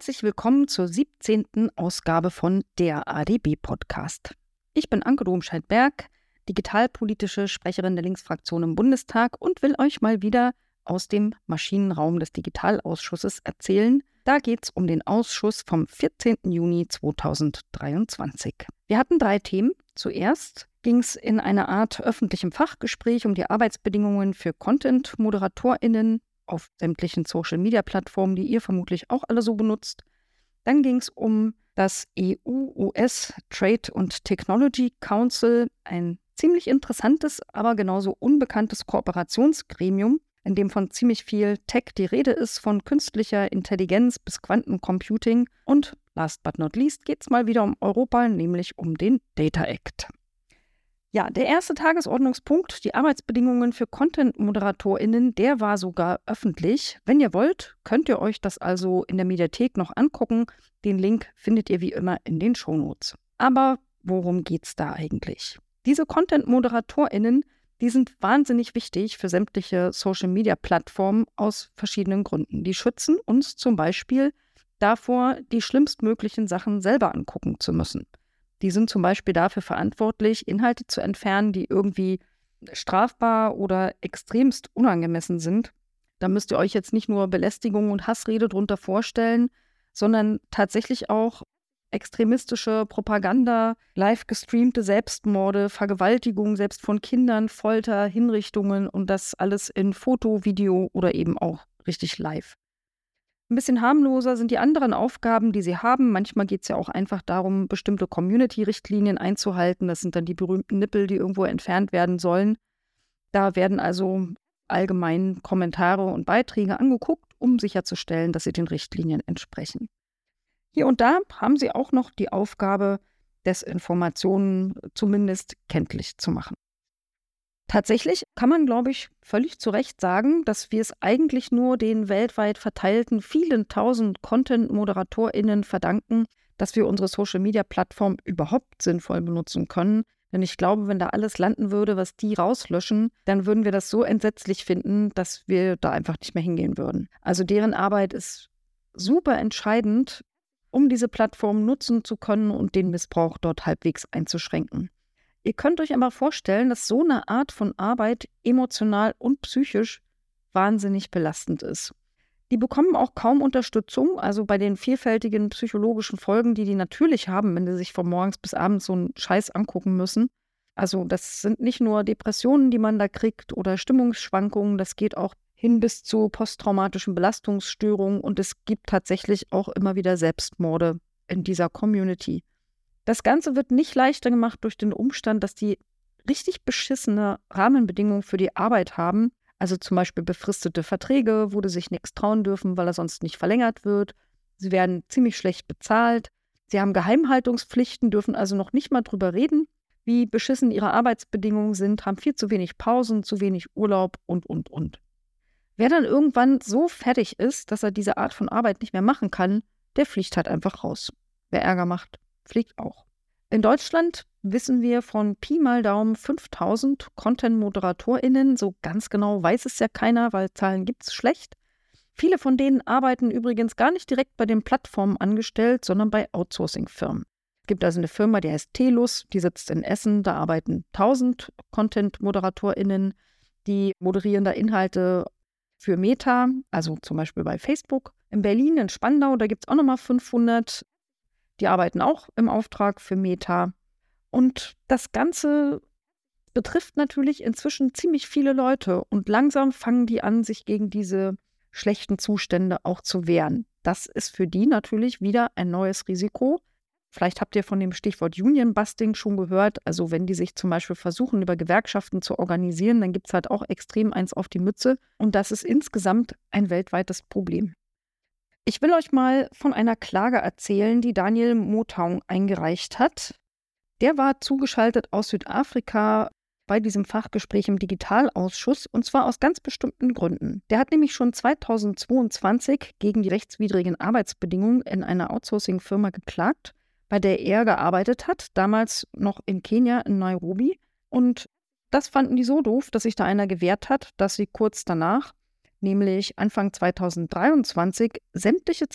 Herzlich willkommen zur 17. Ausgabe von der ADB-Podcast. Ich bin Anke Domscheit-Berg, digitalpolitische Sprecherin der Linksfraktion im Bundestag und will euch mal wieder aus dem Maschinenraum des Digitalausschusses erzählen. Da geht es um den Ausschuss vom 14. Juni 2023. Wir hatten 3 Themen. Zuerst ging es in einer Art öffentlichem Fachgespräch um die Arbeitsbedingungen für Content-ModeratorInnen auf sämtlichen Social-Media-Plattformen, die ihr vermutlich auch alle so benutzt. Dann ging es um das EU-US Trade and Technology Council, ein ziemlich interessantes, aber genauso unbekanntes Kooperationsgremium, in dem von ziemlich viel Tech die Rede ist, von künstlicher Intelligenz bis Quantencomputing. Und last but not least geht es mal wieder um Europa, nämlich um den Data Act. Ja, der erste Tagesordnungspunkt, die Arbeitsbedingungen für Content-ModeratorInnen, der war sogar öffentlich. Wenn ihr wollt, könnt ihr euch das also in der Mediathek noch angucken. Den Link findet ihr wie immer in den Shownotes. Aber worum geht's da eigentlich? Diese Content-ModeratorInnen, die sind wahnsinnig wichtig für sämtliche Social-Media-Plattformen aus verschiedenen Gründen. Die schützen uns zum Beispiel davor, die schlimmstmöglichen Sachen selber angucken zu müssen. Die sind zum Beispiel dafür verantwortlich, Inhalte zu entfernen, die irgendwie strafbar oder extremst unangemessen sind. Da müsst ihr euch jetzt nicht nur Belästigung und Hassrede drunter vorstellen, sondern tatsächlich auch extremistische Propaganda, live gestreamte Selbstmorde, Vergewaltigung selbst von Kindern, Folter, Hinrichtungen und das alles in Foto, Video oder eben auch richtig live. Ein bisschen harmloser sind die anderen Aufgaben, die sie haben. Manchmal geht es ja auch einfach darum, bestimmte Community-Richtlinien einzuhalten. Das sind dann die berühmten Nippel, die irgendwo entfernt werden sollen. Da werden also allgemein Kommentare und Beiträge angeguckt, um sicherzustellen, dass sie den Richtlinien entsprechen. Hier und da haben sie auch noch die Aufgabe, Desinformationen zumindest kenntlich zu machen. Tatsächlich kann man, glaube ich, völlig zu Recht sagen, dass wir es eigentlich nur den weltweit verteilten vielen tausend Content-ModeratorInnen verdanken, dass wir unsere Social-Media-Plattform überhaupt sinnvoll benutzen können. Denn ich glaube, wenn da alles landen würde, was die rauslöschen, dann würden wir das so entsetzlich finden, dass wir da einfach nicht mehr hingehen würden. Also deren Arbeit ist super entscheidend, um diese Plattform nutzen zu können und den Missbrauch dort halbwegs einzuschränken. Ihr könnt euch aber vorstellen, dass so eine Art von Arbeit emotional und psychisch wahnsinnig belastend ist. Die bekommen auch kaum Unterstützung, also bei den vielfältigen psychologischen Folgen, die natürlich haben, wenn sie sich von morgens bis abends so einen Scheiß angucken müssen. Also das sind nicht nur Depressionen, die man da kriegt oder Stimmungsschwankungen, das geht auch hin bis zu posttraumatischen Belastungsstörungen und es gibt tatsächlich auch immer wieder Selbstmorde in dieser Community. Das Ganze wird nicht leichter gemacht durch den Umstand, dass die richtig beschissene Rahmenbedingungen für die Arbeit haben. Also zum Beispiel befristete Verträge, wo die sich nichts trauen dürfen, weil er sonst nicht verlängert wird. Sie werden ziemlich schlecht bezahlt. Sie haben Geheimhaltungspflichten, dürfen also noch nicht mal drüber reden, wie beschissen ihre Arbeitsbedingungen sind, haben viel zu wenig Pausen, zu wenig Urlaub und. Wer dann irgendwann so fertig ist, dass er diese Art von Arbeit nicht mehr machen kann, der fliegt halt einfach raus. Wer Ärger macht, fliegt auch. In Deutschland wissen wir von Pi mal Daumen 5000 Content-ModeratorInnen. So ganz genau weiß es ja keiner, weil Zahlen gibt es schlecht. Viele von denen arbeiten übrigens gar nicht direkt bei den Plattformen angestellt, sondern bei Outsourcing-Firmen. Es gibt also eine Firma, die heißt Telus, die sitzt in Essen. Da arbeiten 1000 Content-ModeratorInnen, die moderieren da Inhalte für Meta, also zum Beispiel bei Facebook. In Berlin, in Spandau, da gibt es auch nochmal 500. Die arbeiten auch im Auftrag für Meta. Und das Ganze betrifft natürlich inzwischen ziemlich viele Leute. Und langsam fangen die an, sich gegen diese schlechten Zustände auch zu wehren. Das ist für die natürlich wieder ein neues Risiko. Vielleicht habt ihr von dem Stichwort Union Busting schon gehört. Also wenn die sich zum Beispiel versuchen, über Gewerkschaften zu organisieren, dann gibt es halt auch extrem eins auf die Mütze. Und das ist insgesamt ein weltweites Problem. Ich will euch mal von einer Klage erzählen, die Daniel Motaung eingereicht hat. Der war zugeschaltet aus Südafrika bei diesem Fachgespräch im Digitalausschuss und zwar aus ganz bestimmten Gründen. Der hat nämlich schon 2022 gegen die rechtswidrigen Arbeitsbedingungen in einer Outsourcing-Firma geklagt, bei der er gearbeitet hat, damals noch in Kenia, in Nairobi. Und das fanden die so doof, dass sich da einer gewehrt hat, dass sie kurz danach nämlich Anfang 2023 sämtliche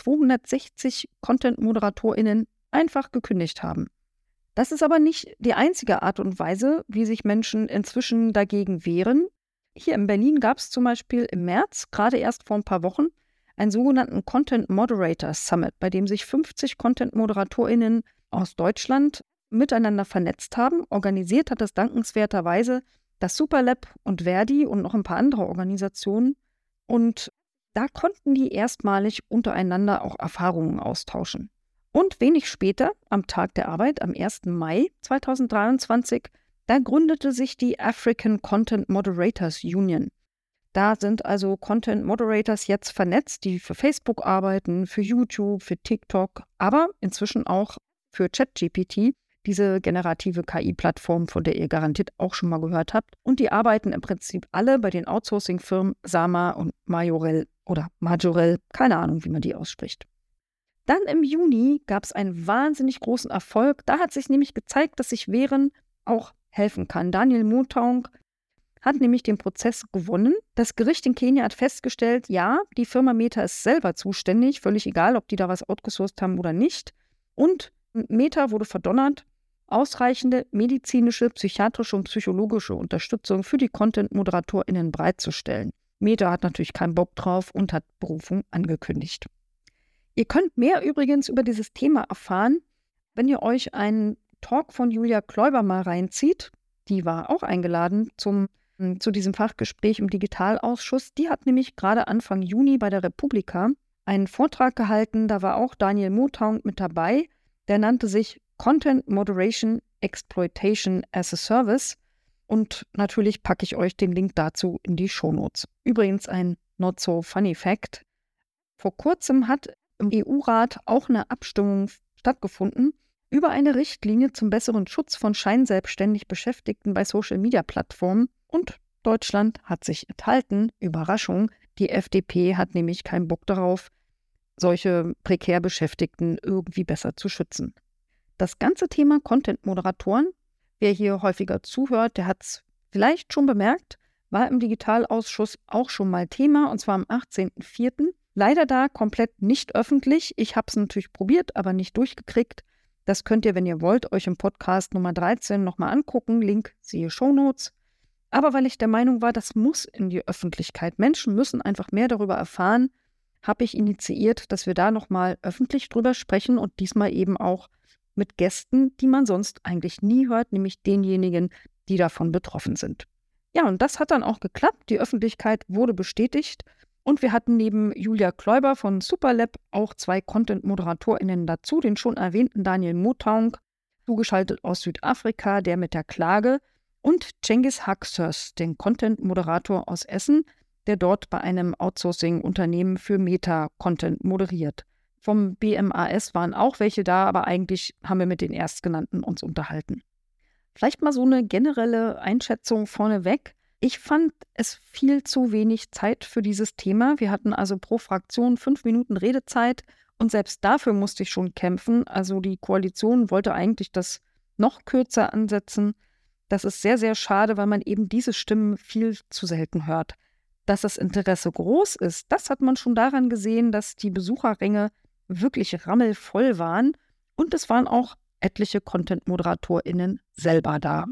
260 Content-ModeratorInnen einfach gekündigt haben. Das ist aber nicht die einzige Art und Weise, wie sich Menschen inzwischen dagegen wehren. Hier in Berlin gab es zum Beispiel im März, gerade erst vor ein paar Wochen, einen sogenannten Content Moderators Summit, bei dem sich 50 Content-ModeratorInnen aus Deutschland miteinander vernetzt haben. Organisiert hat das dankenswerterweise das Superlab und Verdi und noch ein paar andere Organisationen. Und da konnten die erstmalig untereinander auch Erfahrungen austauschen. Und wenig später, am Tag der Arbeit, am 1. Mai 2023, da gründete sich die African Content Moderators Union. Da sind also Content Moderators jetzt vernetzt, die für Facebook arbeiten, für YouTube, für TikTok, aber inzwischen auch für ChatGPT, diese generative KI-Plattform, von der ihr garantiert auch schon mal gehört habt. Und die arbeiten im Prinzip alle bei den Outsourcing-Firmen Sama und Majorel oder Majorel, keine Ahnung, wie man die ausspricht. Dann im Juni gab es einen wahnsinnig großen Erfolg. Da hat sich nämlich gezeigt, dass sich Wehren auch helfen kann. Daniel Motaung hat nämlich den Prozess gewonnen. Das Gericht in Kenia hat festgestellt, ja, die Firma Meta ist selber zuständig, völlig egal, ob die da was outgesourced haben oder nicht. Und Meta wurde verdonnert, ausreichende medizinische, psychiatrische und psychologische Unterstützung für die Content-ModeratorInnen bereitzustellen. Meta hat natürlich keinen Bock drauf und hat Berufung angekündigt. Ihr könnt mehr übrigens über dieses Thema erfahren, wenn ihr euch einen Talk von Julia Kleuber mal reinzieht. Die war auch eingeladen zu diesem Fachgespräch im Digitalausschuss. Die hat nämlich gerade Anfang Juni bei der Republika einen Vortrag gehalten. Da war auch Daniel Motaung mit dabei. Der nannte sich Content Moderation Exploitation as a Service. Und natürlich packe ich euch den Link dazu in die Shownotes. Übrigens ein not so funny fact. Vor kurzem hat im EU-Rat auch eine Abstimmung stattgefunden über eine Richtlinie zum besseren Schutz von scheinselbstständig Beschäftigten bei Social-Media-Plattformen. Und Deutschland hat sich enthalten. Überraschung, die FDP hat nämlich keinen Bock darauf, solche prekär Beschäftigten irgendwie besser zu schützen. Das ganze Thema Content-Moderatoren, wer hier häufiger zuhört, der hat es vielleicht schon bemerkt, war im Digitalausschuss auch schon mal Thema, und zwar am 18.04. Leider da komplett nicht öffentlich. Ich habe es natürlich probiert, aber nicht durchgekriegt. Das könnt ihr, wenn ihr wollt, euch im Podcast Nummer 13 nochmal angucken. Link siehe Shownotes. Aber weil ich der Meinung war, das muss in die Öffentlichkeit. Menschen müssen einfach mehr darüber erfahren, habe ich initiiert, dass wir da nochmal öffentlich drüber sprechen und diesmal eben auch mit Gästen, die man sonst eigentlich nie hört, nämlich denjenigen, die davon betroffen sind. Ja, und das hat dann auch geklappt. Die Öffentlichkeit wurde bestätigt. Und wir hatten neben Julia Kleuber von Superlab auch 2 Content-ModeratorInnen dazu, den schon erwähnten Daniel Motaung, zugeschaltet aus Südafrika, der mit der Klage, und Cengiz Haksöz, den Content-Moderator aus Essen, der dort bei einem Outsourcing-Unternehmen für Meta-Content moderiert. Vom BMAS waren auch welche da, aber eigentlich haben wir mit den Erstgenannten uns unterhalten. Vielleicht mal so eine generelle Einschätzung vorneweg. Ich fand es viel zu wenig Zeit für dieses Thema. Wir hatten also pro Fraktion 5 Minuten Redezeit und selbst dafür musste ich schon kämpfen. Also die Koalition wollte eigentlich das noch kürzer ansetzen. Das ist sehr, sehr schade, weil man eben diese Stimmen viel zu selten hört. Dass das Interesse groß ist, das hat man schon daran gesehen, dass die Besucherränge wirklich rammelvoll waren und es waren auch etliche Content-ModeratorInnen selber da.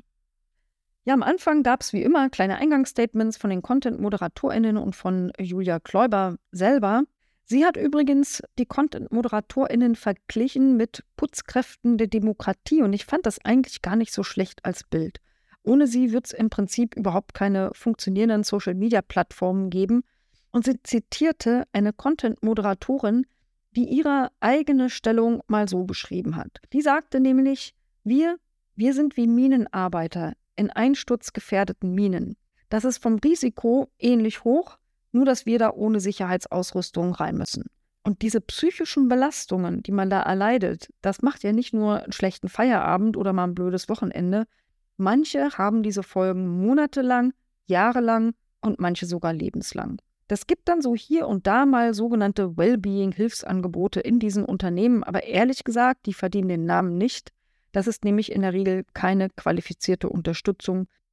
Ja, am Anfang gab es wie immer kleine Eingangsstatements von den Content-ModeratorInnen und von Julia Kleuber selber. Sie hat übrigens die Content-ModeratorInnen verglichen mit Putzkräften der Demokratie und ich fand das eigentlich gar nicht so schlecht als Bild. Ohne sie wird es im Prinzip überhaupt keine funktionierenden Social-Media-Plattformen geben. Und sie zitierte eine Content-Moderatorin, die ihre eigene Stellung mal so beschrieben hat. Die sagte nämlich, wir sind wie Minenarbeiter in einsturzgefährdeten Minen. Das ist vom Risiko ähnlich hoch, nur dass wir da ohne Sicherheitsausrüstung rein müssen. Und diese psychischen Belastungen, die man da erleidet, das macht ja nicht nur einen schlechten Feierabend oder mal ein blödes Wochenende. Manche haben diese Folgen monatelang, jahrelang und manche sogar lebenslang. Das gibt dann so hier und da mal sogenannte Wellbeing-Hilfsangebote in diesen Unternehmen, aber ehrlich gesagt, die verdienen den Namen nicht. Das ist nämlich in der Regel keine qualifizierte Unterstützung.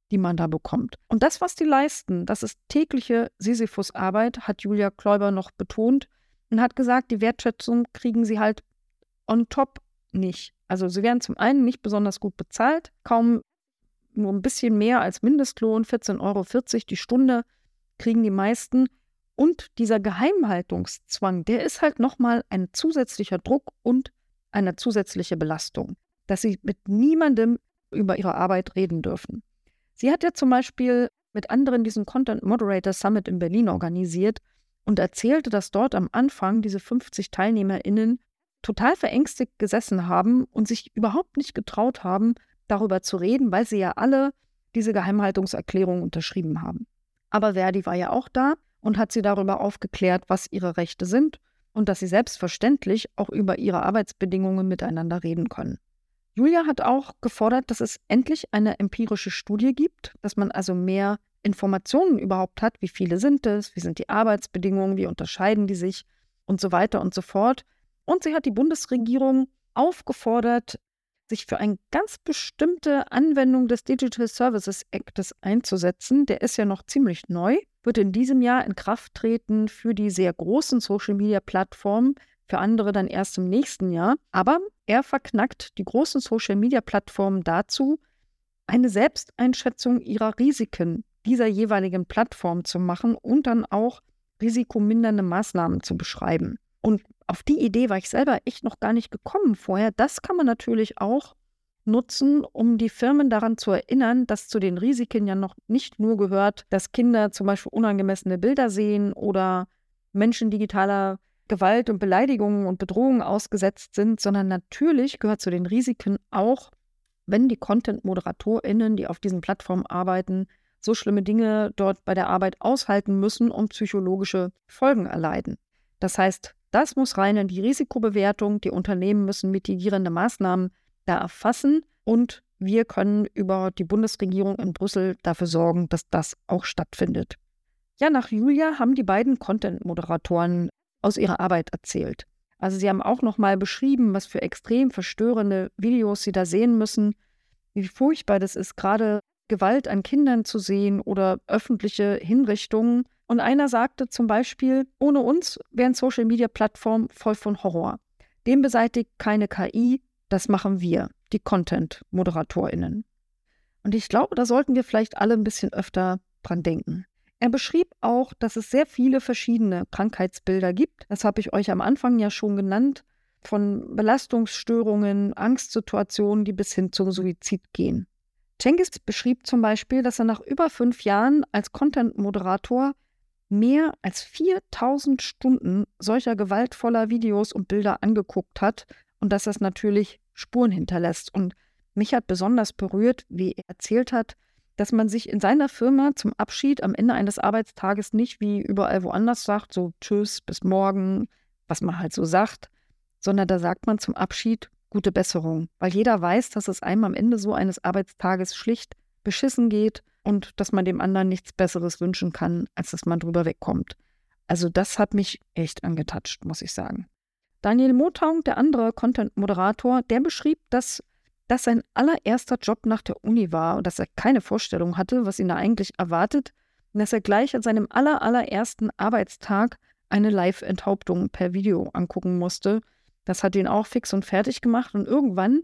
die man da bekommt. Und das, was die leisten, das ist tägliche Sisyphus-Arbeit, hat Julia Kleuber noch betont und hat gesagt, die Wertschätzung kriegen sie halt on top nicht. Also sie werden zum einen nicht besonders gut bezahlt, kaum nur ein bisschen mehr als Mindestlohn, 14,40 € die Stunde kriegen die meisten. Und dieser Geheimhaltungszwang, der ist halt nochmal ein zusätzlicher Druck und eine zusätzliche Belastung, dass sie mit niemandem über ihre Arbeit reden dürfen. Sie hat ja zum Beispiel mit anderen diesen Content Moderator Summit in Berlin organisiert und erzählte, dass dort am Anfang diese 50 TeilnehmerInnen total verängstigt gesessen haben und sich überhaupt nicht getraut haben, darüber zu reden, weil sie ja alle diese Geheimhaltungserklärung unterschrieben haben. Aber Verdi war ja auch da und hat sie darüber aufgeklärt, was ihre Rechte sind und dass sie selbstverständlich auch über ihre Arbeitsbedingungen miteinander reden können. Julia hat auch gefordert, dass es endlich eine empirische Studie gibt, dass man also mehr Informationen überhaupt hat, wie viele sind es, wie sind die Arbeitsbedingungen, wie unterscheiden die sich und so weiter und so fort. Und sie hat die Bundesregierung aufgefordert, sich für eine ganz bestimmte Anwendung des Digital Services Actes einzusetzen. Der ist ja noch ziemlich neu, wird in diesem Jahr in Kraft treten für die sehr großen Social-Media-Plattformen, für andere dann erst im nächsten Jahr. Aber er verknackt die großen Social-Media-Plattformen dazu, eine Selbsteinschätzung ihrer Risiken dieser jeweiligen Plattform zu machen und dann auch risikomindernde Maßnahmen zu beschreiben. Und auf die Idee war ich selber echt noch gar nicht gekommen vorher. Das kann man natürlich auch nutzen, um die Firmen daran zu erinnern, dass zu den Risiken ja noch nicht nur gehört, dass Kinder zum Beispiel unangemessene Bilder sehen oder Menschen digitaler Gewalt und Beleidigungen und Bedrohungen ausgesetzt sind, sondern natürlich gehört zu den Risiken auch, wenn die Content-ModeratorInnen, die auf diesen Plattformen arbeiten, so schlimme Dinge dort bei der Arbeit aushalten müssen und psychologische Folgen erleiden. Das heißt, das muss rein in die Risikobewertung. Die Unternehmen müssen mitigierende Maßnahmen da erfassen und wir können über die Bundesregierung in Brüssel dafür sorgen, dass das auch stattfindet. Ja, nach Julia haben die beiden Content-Moderatoren aus ihrer Arbeit erzählt. Also sie haben auch nochmal beschrieben, was für extrem verstörende Videos sie da sehen müssen, wie furchtbar das ist, gerade Gewalt an Kindern zu sehen oder öffentliche Hinrichtungen. Und einer sagte zum Beispiel, ohne uns wären Social-Media-Plattformen voll von Horror. Dem beseitigt keine KI, das machen wir, die Content-ModeratorInnen. Und ich glaube, da sollten wir vielleicht alle ein bisschen öfter dran denken. Er beschrieb auch, dass es sehr viele verschiedene Krankheitsbilder gibt. Das habe ich euch am Anfang ja schon genannt, von Belastungsstörungen, Angstsituationen, die bis hin zum Suizid gehen. Cengiz beschrieb zum Beispiel, dass er nach über 5 Jahren als Content-Moderator mehr als 4000 Stunden solcher gewaltvoller Videos und Bilder angeguckt hat und dass das natürlich Spuren hinterlässt. Und mich hat besonders berührt, wie er erzählt hat, dass man sich in seiner Firma zum Abschied am Ende eines Arbeitstages nicht wie überall woanders sagt, so tschüss, bis morgen, was man halt so sagt, sondern da sagt man zum Abschied gute Besserung, weil jeder weiß, dass es einem am Ende so eines Arbeitstages schlicht beschissen geht und dass man dem anderen nichts Besseres wünschen kann, als dass man drüber wegkommt. Also das hat mich echt angetatscht, muss ich sagen. Daniel Motaung, der andere Content-Moderator, der beschrieb, dass das sein allererster Job nach der Uni war und dass er keine Vorstellung hatte, was ihn da eigentlich erwartet und dass er gleich an seinem allerersten Arbeitstag eine Live-Enthauptung per Video angucken musste. Das hat ihn auch fix und fertig gemacht und irgendwann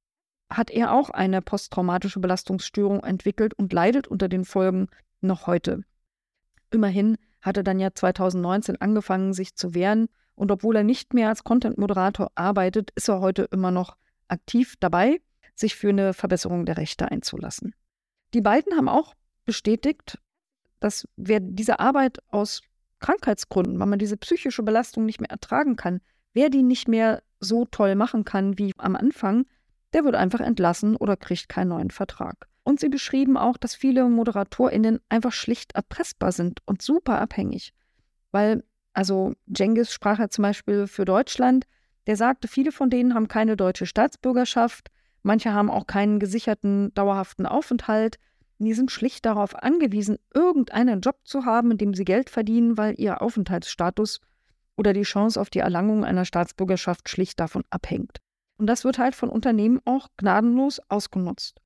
hat er auch eine posttraumatische Belastungsstörung entwickelt und leidet unter den Folgen noch heute. Immerhin hat er dann ja 2019 angefangen, sich zu wehren und obwohl er nicht mehr als Content-Moderator arbeitet, ist er heute immer noch aktiv dabei, sich für eine Verbesserung der Rechte einzulassen. Die beiden haben auch bestätigt, dass wer diese Arbeit aus Krankheitsgründen, weil man diese psychische Belastung nicht mehr ertragen kann, wer die nicht mehr so toll machen kann wie am Anfang, der wird einfach entlassen oder kriegt keinen neuen Vertrag. Und sie beschrieben auch, dass viele ModeratorInnen einfach schlicht erpressbar sind und super abhängig. Weil, also Cengiz sprach ja zum Beispiel für Deutschland, der sagte, viele von denen haben keine deutsche Staatsbürgerschaft, manche haben auch keinen gesicherten, dauerhaften Aufenthalt. Und die sind schlicht darauf angewiesen, irgendeinen Job zu haben, in dem sie Geld verdienen, weil ihr Aufenthaltsstatus oder die Chance auf die Erlangung einer Staatsbürgerschaft schlicht davon abhängt. Und das wird halt von Unternehmen auch gnadenlos ausgenutzt.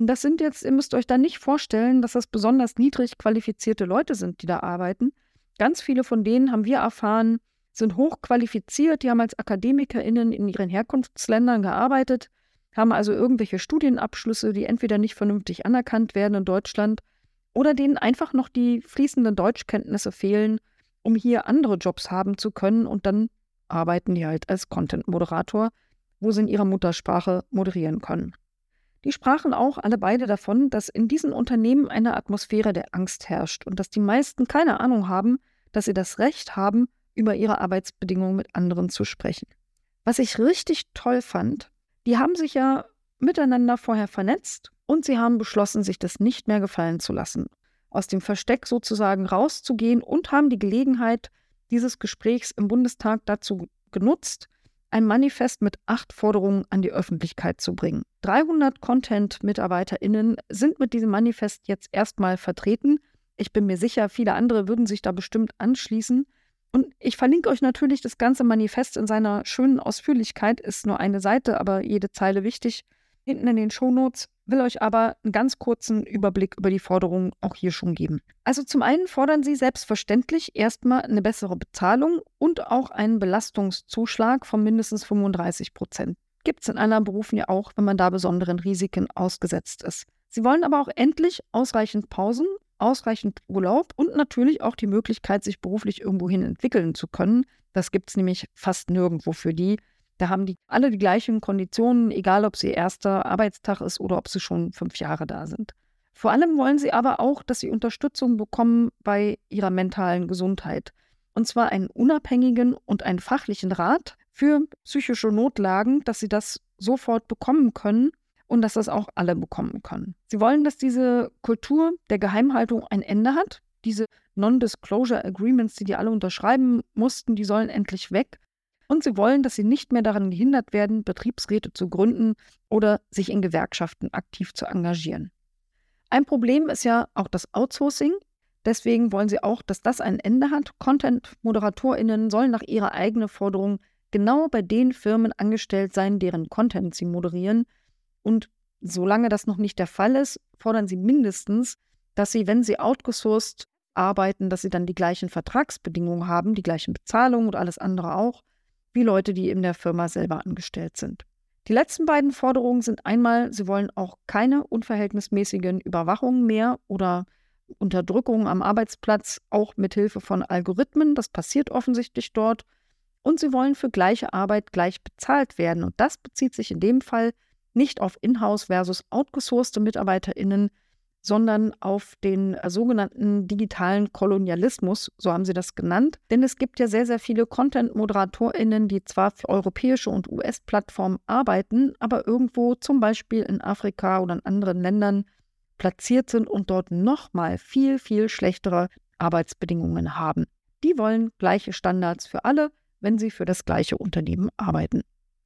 Und das sind jetzt, ihr müsst euch da nicht vorstellen, dass das besonders niedrig qualifizierte Leute sind, die da arbeiten. Ganz viele von denen, haben wir erfahren, sind hochqualifiziert, die haben als AkademikerInnen in ihren Herkunftsländern gearbeitet, haben also irgendwelche Studienabschlüsse, die entweder nicht vernünftig anerkannt werden in Deutschland oder denen einfach noch die fließenden Deutschkenntnisse fehlen, um hier andere Jobs haben zu können, und dann arbeiten die halt als Content-Moderator, wo sie in ihrer Muttersprache moderieren können. Die sprachen auch alle beide davon, dass in diesen Unternehmen eine Atmosphäre der Angst herrscht und dass die meisten keine Ahnung haben, dass sie das Recht haben, über ihre Arbeitsbedingungen mit anderen zu sprechen. Was ich richtig toll fand, die haben sich ja miteinander vorher vernetzt und sie haben beschlossen, sich das nicht mehr gefallen zu lassen, aus dem Versteck sozusagen rauszugehen, und haben die Gelegenheit dieses Gesprächs im Bundestag dazu genutzt, ein Manifest mit 8 Forderungen an die Öffentlichkeit zu bringen. 300 Content-MitarbeiterInnen sind mit diesem Manifest jetzt erstmal vertreten. Ich bin mir sicher, viele andere würden sich da bestimmt anschließen. Und ich verlinke euch natürlich das ganze Manifest in seiner schönen Ausführlichkeit. Ist nur eine Seite, aber jede Zeile wichtig. Hinten in den Shownotes, will euch aber einen ganz kurzen Überblick über die Forderungen auch hier schon geben. Also zum einen fordern sie selbstverständlich erstmal eine bessere Bezahlung und auch einen Belastungszuschlag von mindestens 35%. Gibt es in anderen Berufen ja auch, wenn man da besonderen Risiken ausgesetzt ist. Sie wollen aber auch endlich ausreichend Pausen, ausreichend Urlaub und natürlich auch die Möglichkeit, sich beruflich irgendwohin entwickeln zu können. Das gibt es nämlich fast nirgendwo für die. Da haben die alle die gleichen Konditionen, egal ob sie ihr erster Arbeitstag ist oder ob sie schon 5 Jahre da sind. Vor allem wollen sie aber auch, dass sie Unterstützung bekommen bei ihrer mentalen Gesundheit. Und zwar einen unabhängigen und einen fachlichen Rat für psychische Notlagen, dass sie das sofort bekommen können und dass das auch alle bekommen können. Sie wollen, dass diese Kultur der Geheimhaltung ein Ende hat. Diese Non-Disclosure Agreements, die alle unterschreiben mussten, die sollen endlich weg. Und sie wollen, dass sie nicht mehr daran gehindert werden, Betriebsräte zu gründen oder sich in Gewerkschaften aktiv zu engagieren. Ein Problem ist ja auch das Outsourcing. Deswegen wollen sie auch, dass das ein Ende hat. Content-ModeratorInnen sollen nach ihrer eigenen Forderung genau bei den Firmen angestellt sein, deren Content sie moderieren. Und solange das noch nicht der Fall ist, fordern sie mindestens, dass sie, wenn sie outgesourced arbeiten, dass sie dann die gleichen Vertragsbedingungen haben, die gleichen Bezahlungen und alles andere auch, wie Leute, die in der Firma selber angestellt sind. Die letzten beiden Forderungen sind einmal, sie wollen auch keine unverhältnismäßigen Überwachungen mehr oder Unterdrückung am Arbeitsplatz, auch mit Hilfe von Algorithmen. Das passiert offensichtlich dort. Und sie wollen für gleiche Arbeit gleich bezahlt werden. Und das bezieht sich in dem Fall nicht auf Inhouse versus outgesourcete MitarbeiterInnen, sondern auf den sogenannten digitalen Kolonialismus, so haben sie das genannt. Denn es gibt ja sehr, sehr viele Content-ModeratorInnen, die zwar für europäische und US-Plattformen arbeiten, aber irgendwo zum Beispiel in Afrika oder in anderen Ländern platziert sind und dort nochmal viel, viel schlechtere Arbeitsbedingungen haben. Die wollen gleiche Standards für alle, wenn sie für das gleiche Unternehmen arbeiten.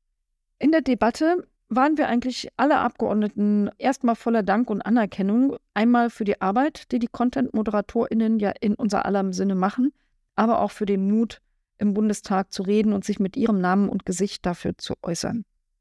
In der Debatte waren wir eigentlich alle Abgeordneten erstmal voller Dank und Anerkennung. Einmal für die Arbeit, die die Content-ModeratorInnen ja in unser aller Sinne machen, aber auch für den Mut, im Bundestag zu reden und sich mit ihrem Namen und Gesicht dafür zu äußern.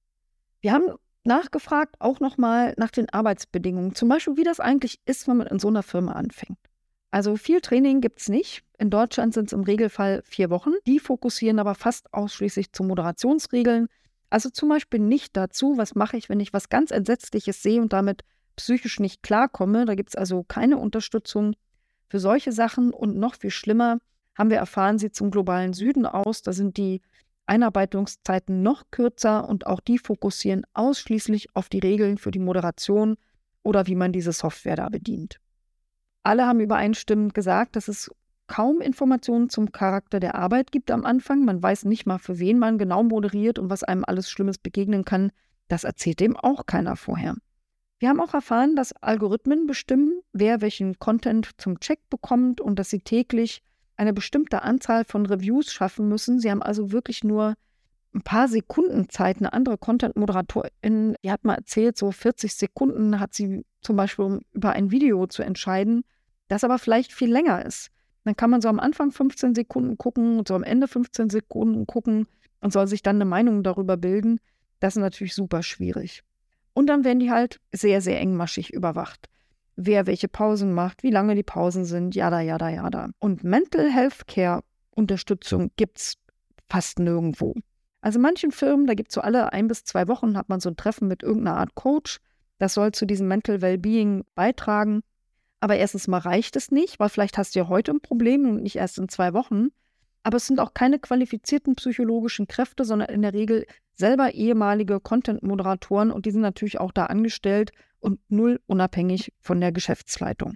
Wir haben nachgefragt auch nochmal nach den Arbeitsbedingungen, zum Beispiel wie das eigentlich ist, wenn man in so einer Firma anfängt. Also viel Training gibt es nicht. In Deutschland sind es im Regelfall 4 Wochen. Die fokussieren aber fast ausschließlich zu Moderationsregeln. Also zum Beispiel nicht dazu, was mache ich, wenn ich was ganz Entsetzliches sehe und damit psychisch nicht klarkomme. Da gibt es also keine Unterstützung für solche Sachen. Und noch viel schlimmer, haben wir erfahren, sieht zum globalen Süden aus. Da sind die Einarbeitungszeiten noch kürzer und auch die fokussieren ausschließlich auf die Regeln für die Moderation oder wie man diese Software da bedient. Alle haben übereinstimmend gesagt, dass es kaum Informationen zum Charakter der Arbeit gibt am Anfang. Man weiß nicht mal, für wen man genau moderiert und was einem alles Schlimmes begegnen kann. Das erzählt dem auch keiner vorher. Wir haben auch erfahren, dass Algorithmen bestimmen, wer welchen Content zum Check bekommt und dass sie täglich eine bestimmte Anzahl von Reviews schaffen müssen. Sie haben also wirklich nur ein paar Sekunden Zeit. Eine andere Content-Moderatorin, die hat mal erzählt, so 40 Sekunden hat sie zum Beispiel, um über ein Video zu entscheiden, das aber vielleicht viel länger ist. Dann kann man so am Anfang 15 Sekunden gucken und so am Ende 15 Sekunden gucken und soll sich dann eine Meinung darüber bilden. Das ist natürlich super schwierig. Und dann werden die halt sehr, sehr engmaschig überwacht. Wer welche Pausen macht, wie lange die Pausen sind, jada, jada, jada. Und Mental Health Care Unterstützung gibt es fast nirgendwo. Also in manchen Firmen, da gibt es so alle 1 bis 2 Wochen, hat man so ein Treffen mit irgendeiner Art Coach. Das soll zu diesem Mental Wellbeing beitragen. Aber erstens mal reicht es nicht, weil vielleicht hast du ja heute ein Problem und nicht erst in 2 Wochen. Aber es sind auch keine qualifizierten psychologischen Kräfte, sondern in der Regel selber ehemalige Content-Moderatoren und die sind natürlich auch da angestellt und null unabhängig von der Geschäftsleitung.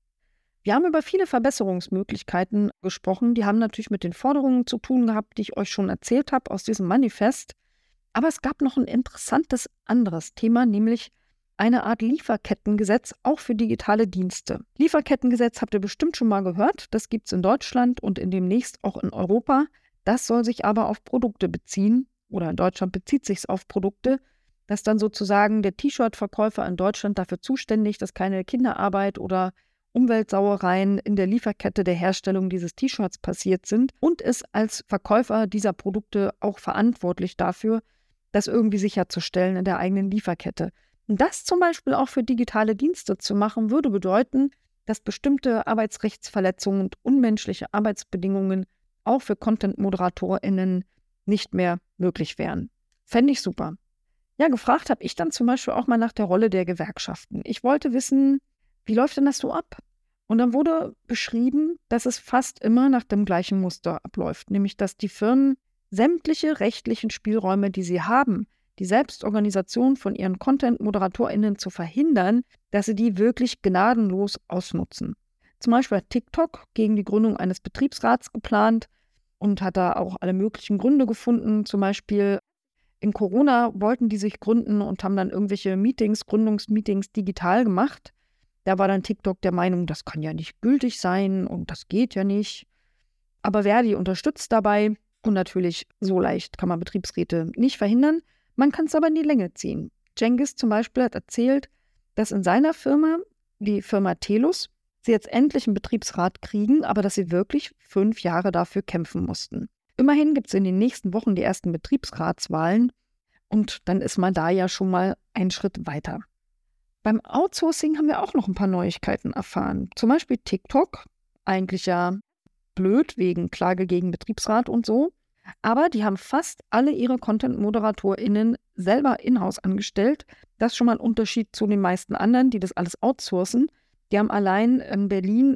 Wir haben über viele Verbesserungsmöglichkeiten gesprochen. Die haben natürlich mit den Forderungen zu tun gehabt, die ich euch schon erzählt habe aus diesem Manifest. Aber es gab noch ein interessantes anderes Thema, nämlich eine Art Lieferkettengesetz, auch für digitale Dienste. Lieferkettengesetz habt ihr bestimmt schon mal gehört. Das gibt es in Deutschland und demnächst auch in Europa. Das soll sich aber auf Produkte beziehen, oder in Deutschland bezieht sich es auf Produkte, dass dann sozusagen der T-Shirt-Verkäufer in Deutschland dafür zuständig, dass keine Kinderarbeit oder Umweltsauereien in der Lieferkette der Herstellung dieses T-Shirts passiert sind und ist als Verkäufer dieser Produkte auch verantwortlich dafür, das irgendwie sicherzustellen in der eigenen Lieferkette. Und das zum Beispiel auch für digitale Dienste zu machen, würde bedeuten, dass bestimmte Arbeitsrechtsverletzungen und unmenschliche Arbeitsbedingungen auch für Content-ModeratorInnen nicht mehr möglich wären. Fände ich super. Ja, gefragt habe ich dann zum Beispiel auch mal nach der Rolle der Gewerkschaften. Ich wollte wissen, wie läuft denn das so ab? Und dann wurde beschrieben, dass es fast immer nach dem gleichen Muster abläuft, nämlich dass die Firmen sämtliche rechtlichen Spielräume, die sie haben, die Selbstorganisation von ihren Content-ModeratorInnen zu verhindern, dass sie die wirklich gnadenlos ausnutzen. Zum Beispiel hat TikTok gegen die Gründung eines Betriebsrats geplant und hat da auch alle möglichen Gründe gefunden. Zum Beispiel in Corona wollten die sich gründen und haben dann irgendwelche Gründungsmeetings digital gemacht. Da war dann TikTok der Meinung, das kann ja nicht gültig sein und das geht ja nicht. Aber Verdi unterstützt dabei und natürlich so leicht kann man Betriebsräte nicht verhindern. Man kann es aber in die Länge ziehen. Cengiz zum Beispiel hat erzählt, dass in seiner Firma, die Firma Telus, sie jetzt endlich einen Betriebsrat kriegen, aber dass sie wirklich 5 Jahre dafür kämpfen mussten. Immerhin gibt es in den nächsten Wochen die ersten Betriebsratswahlen und dann ist man da ja schon mal einen Schritt weiter. Beim Outsourcing haben wir auch noch ein paar Neuigkeiten erfahren. Zum Beispiel TikTok, eigentlich ja blöd wegen Klage gegen Betriebsrat und so. Aber die haben fast alle ihre Content-ModeratorInnen selber in-house angestellt. Das ist schon mal ein Unterschied zu den meisten anderen, die das alles outsourcen. Die haben allein in Berlin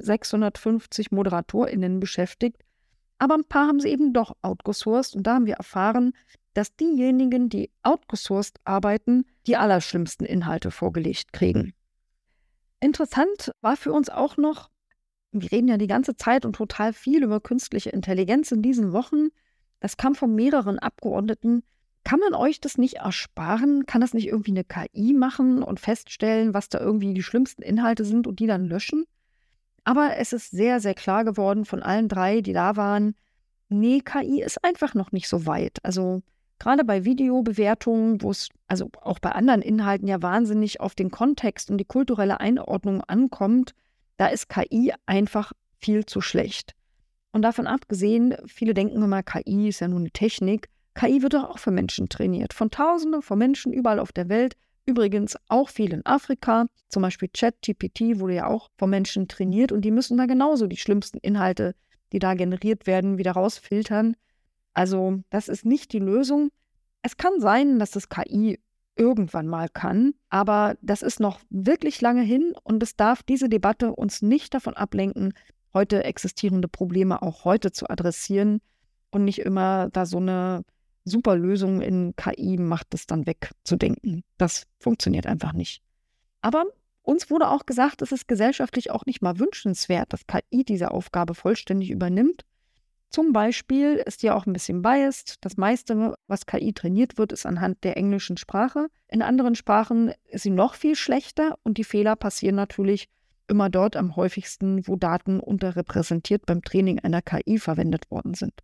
650 ModeratorInnen beschäftigt. Aber ein paar haben sie eben doch outgesourced. Und da haben wir erfahren, dass diejenigen, die outgesourced arbeiten, die allerschlimmsten Inhalte vorgelegt kriegen. Interessant war für uns auch noch, wir reden ja die ganze Zeit und total viel über künstliche Intelligenz in diesen Wochen. Das kam von mehreren Abgeordneten. Kann man euch das nicht ersparen? Kann das nicht irgendwie eine KI machen und feststellen, was da irgendwie die schlimmsten Inhalte sind und die dann löschen? Aber es ist sehr, sehr klar geworden von allen 3, die da waren, nee, KI ist einfach noch nicht so weit. Also gerade bei Videobewertungen, wo es also auch bei anderen Inhalten ja wahnsinnig auf den Kontext und die kulturelle Einordnung ankommt, da ist KI einfach viel zu schlecht. Und davon abgesehen, viele denken immer, KI ist ja nur eine Technik. KI wird doch auch für Menschen trainiert. Von Tausenden von Menschen überall auf der Welt. Übrigens auch viel in Afrika. Zum Beispiel ChatGPT wurde ja auch von Menschen trainiert. Und die müssen da genauso die schlimmsten Inhalte, die da generiert werden, wieder rausfiltern. Also das ist nicht die Lösung. Es kann sein, dass das KI irgendwann mal kann. Aber das ist noch wirklich lange hin. Und es darf diese Debatte uns nicht davon ablenken, heute existierende Probleme auch heute zu adressieren und nicht immer da so eine super Lösung in KI macht es dann wegzudenken. Das funktioniert einfach nicht. Aber uns wurde auch gesagt, es ist gesellschaftlich auch nicht mal wünschenswert, dass KI diese Aufgabe vollständig übernimmt. Zum Beispiel ist die auch ein bisschen biased. Das meiste, was KI trainiert wird, ist anhand der englischen Sprache. In anderen Sprachen ist sie noch viel schlechter und die Fehler passieren natürlich immer dort am häufigsten, wo Daten unterrepräsentiert beim Training einer KI verwendet worden sind.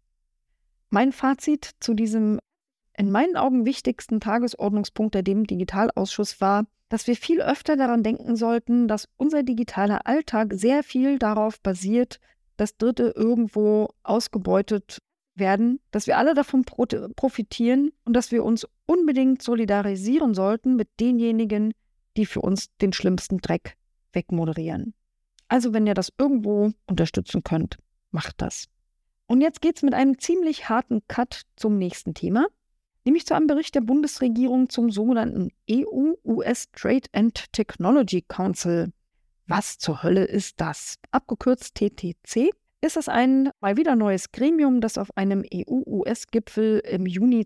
Mein Fazit zu diesem in meinen Augen wichtigsten Tagesordnungspunkt der DEM-Digitalausschuss war, dass wir viel öfter daran denken sollten, dass unser digitaler Alltag sehr viel darauf basiert, dass Dritte irgendwo ausgebeutet werden, dass wir alle davon profitieren und dass wir uns unbedingt solidarisieren sollten mit denjenigen, die für uns den schlimmsten Dreck wegmoderieren. Also wenn ihr das irgendwo unterstützen könnt, macht das. Und jetzt geht's mit einem ziemlich harten Cut zum nächsten Thema, nämlich zu einem Bericht der Bundesregierung zum sogenannten EU-US Trade and Technology Council. Was zur Hölle ist das? Abgekürzt TTC. Ist es ein mal wieder neues Gremium, das auf einem EU-US-Gipfel im Juni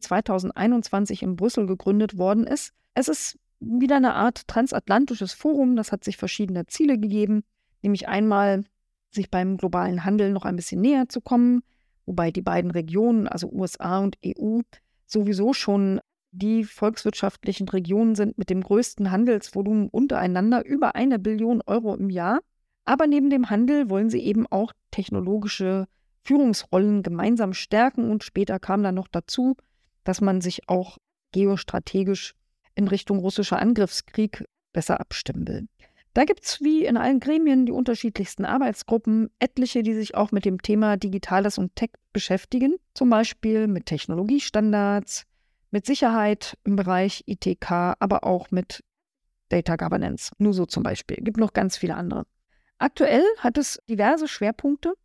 2021 in Brüssel gegründet worden ist. Es ist wieder eine Art transatlantisches Forum, das hat sich verschiedene Ziele gegeben, nämlich einmal sich beim globalen Handel noch ein bisschen näher zu kommen, wobei die beiden Regionen, also USA und EU, sowieso schon die volkswirtschaftlichen Regionen sind mit dem größten Handelsvolumen untereinander, über 1 Billion Euro im Jahr. Aber neben dem Handel wollen sie eben auch technologische Führungsrollen gemeinsam stärken. Und später kam dann noch dazu, dass man sich auch geostrategisch in Richtung russischer Angriffskrieg besser abstimmen will. Da gibt es wie in allen Gremien die unterschiedlichsten Arbeitsgruppen, etliche, die sich auch mit dem Thema Digitales und Tech beschäftigen, zum Beispiel mit Technologiestandards, mit Sicherheit im Bereich ITK, aber auch mit Data Governance. Nur so zum Beispiel. Es gibt noch ganz viele andere. Aktuell hat es diverse Schwerpunkte.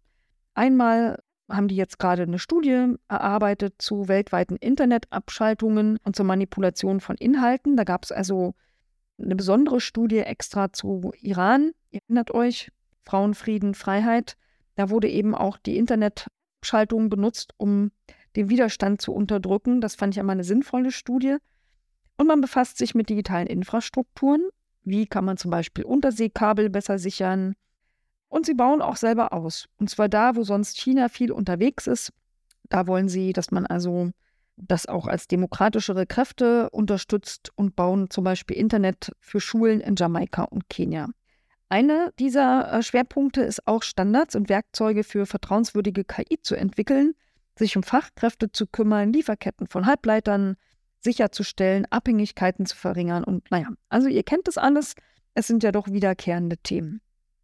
Einmal haben die jetzt gerade eine Studie erarbeitet zu weltweiten Internetabschaltungen und zur Manipulation von Inhalten. Da gab es also eine besondere Studie extra zu Iran. Ihr erinnert euch, Frauenfrieden, Freiheit. Da wurde eben auch die Internetabschaltung benutzt, um den Widerstand zu unterdrücken. Das fand ich einmal eine sinnvolle Studie. Und man befasst sich mit digitalen Infrastrukturen. Wie kann man zum Beispiel Unterseekabel besser sichern? Und sie bauen auch selber aus. Und zwar da, wo sonst China viel unterwegs ist. Da wollen sie, dass man also das auch als demokratischere Kräfte unterstützt und bauen zum Beispiel Internet für Schulen in Jamaika und Kenia. Einer dieser Schwerpunkte ist auch, Standards und Werkzeuge für vertrauenswürdige KI zu entwickeln, sich um Fachkräfte zu kümmern, Lieferketten von Halbleitern sicherzustellen, Abhängigkeiten zu verringern und also ihr kennt das alles, es sind ja doch wiederkehrende Themen.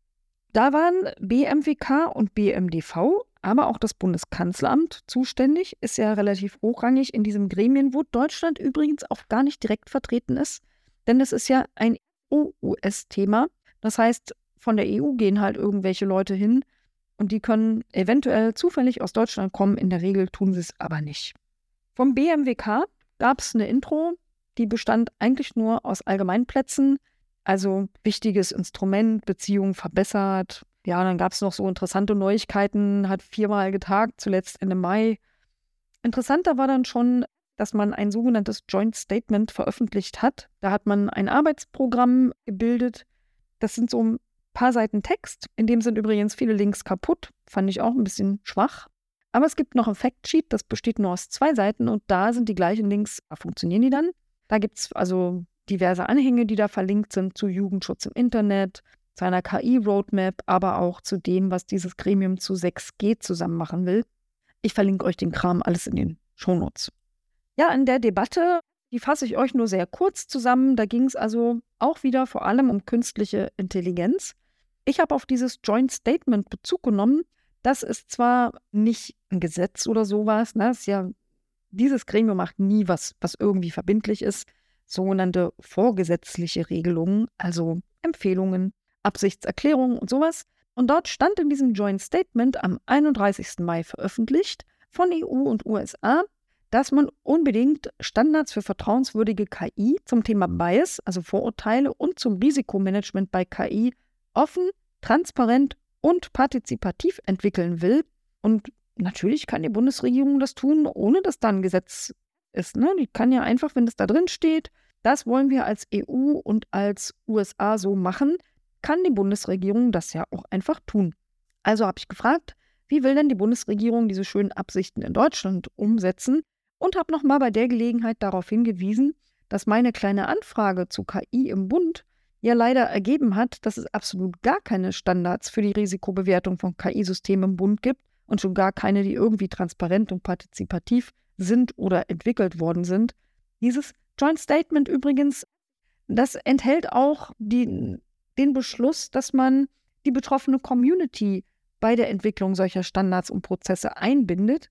Da waren BMWK und BMDV, aber auch das Bundeskanzleramt zuständig, ist ja relativ hochrangig in diesem Gremien, wo Deutschland übrigens auch gar nicht direkt vertreten ist, denn es ist ja ein EU-US-Thema. Das heißt, von der EU gehen halt irgendwelche Leute hin und die können eventuell zufällig aus Deutschland kommen, in der Regel tun sie es aber nicht. Vom BMWK gab es eine Intro, die bestand eigentlich nur aus Allgemeinplätzen, also wichtiges Instrument, Beziehungen verbessert. Ja, dann gab es noch so interessante Neuigkeiten, hat 4-mal getagt, zuletzt Ende Mai. Interessanter war dann schon, dass man ein sogenanntes Joint Statement veröffentlicht hat. Da hat man ein Arbeitsprogramm gebildet. Das sind so ein paar Seiten Text. In dem sind übrigens viele Links kaputt. Fand ich auch ein bisschen schwach. Aber es gibt noch ein Factsheet, das besteht nur aus 2 Seiten und da sind die gleichen Links. Da funktionieren die dann. Da gibt es also diverse Anhänge, die da verlinkt sind zu Jugendschutz im Internet, zu einer KI-Roadmap, aber auch zu dem, was dieses Gremium zu 6G zusammen machen will. Ich verlinke euch den Kram alles in den Shownotes. Ja, in der Debatte, die fasse ich euch nur sehr kurz zusammen. Da ging es also auch wieder vor allem um künstliche Intelligenz. Ich habe auf dieses Joint Statement Bezug genommen. Das ist zwar nicht ein Gesetz oder sowas, ne? Ist ja, dieses Gremium macht nie was irgendwie verbindlich ist. Sogenannte vorgesetzliche Regelungen, also Empfehlungen, Absichtserklärungen und sowas. Und dort stand in diesem Joint Statement am 31. Mai veröffentlicht von EU und USA, dass man unbedingt Standards für vertrauenswürdige KI zum Thema Bias, also Vorurteile und zum Risikomanagement bei KI offen, transparent und partizipativ entwickeln will. Und natürlich kann die Bundesregierung das tun, ohne dass da ein Gesetz ist. Ne? Die kann ja einfach, wenn das da drin steht, das wollen wir als EU und als USA so machen, kann die Bundesregierung das ja auch einfach tun. Also habe ich gefragt, wie will denn die Bundesregierung diese schönen Absichten in Deutschland umsetzen? Und habe nochmal bei der Gelegenheit darauf hingewiesen, dass meine kleine Anfrage zu KI im Bund ja leider ergeben hat, dass es absolut gar keine Standards für die Risikobewertung von KI-Systemen im Bund gibt und schon gar keine, die irgendwie transparent und partizipativ sind oder entwickelt worden sind. Dieses Joint Statement übrigens, das enthält auch den Beschluss, dass man die betroffene Community bei der Entwicklung solcher Standards und Prozesse einbindet.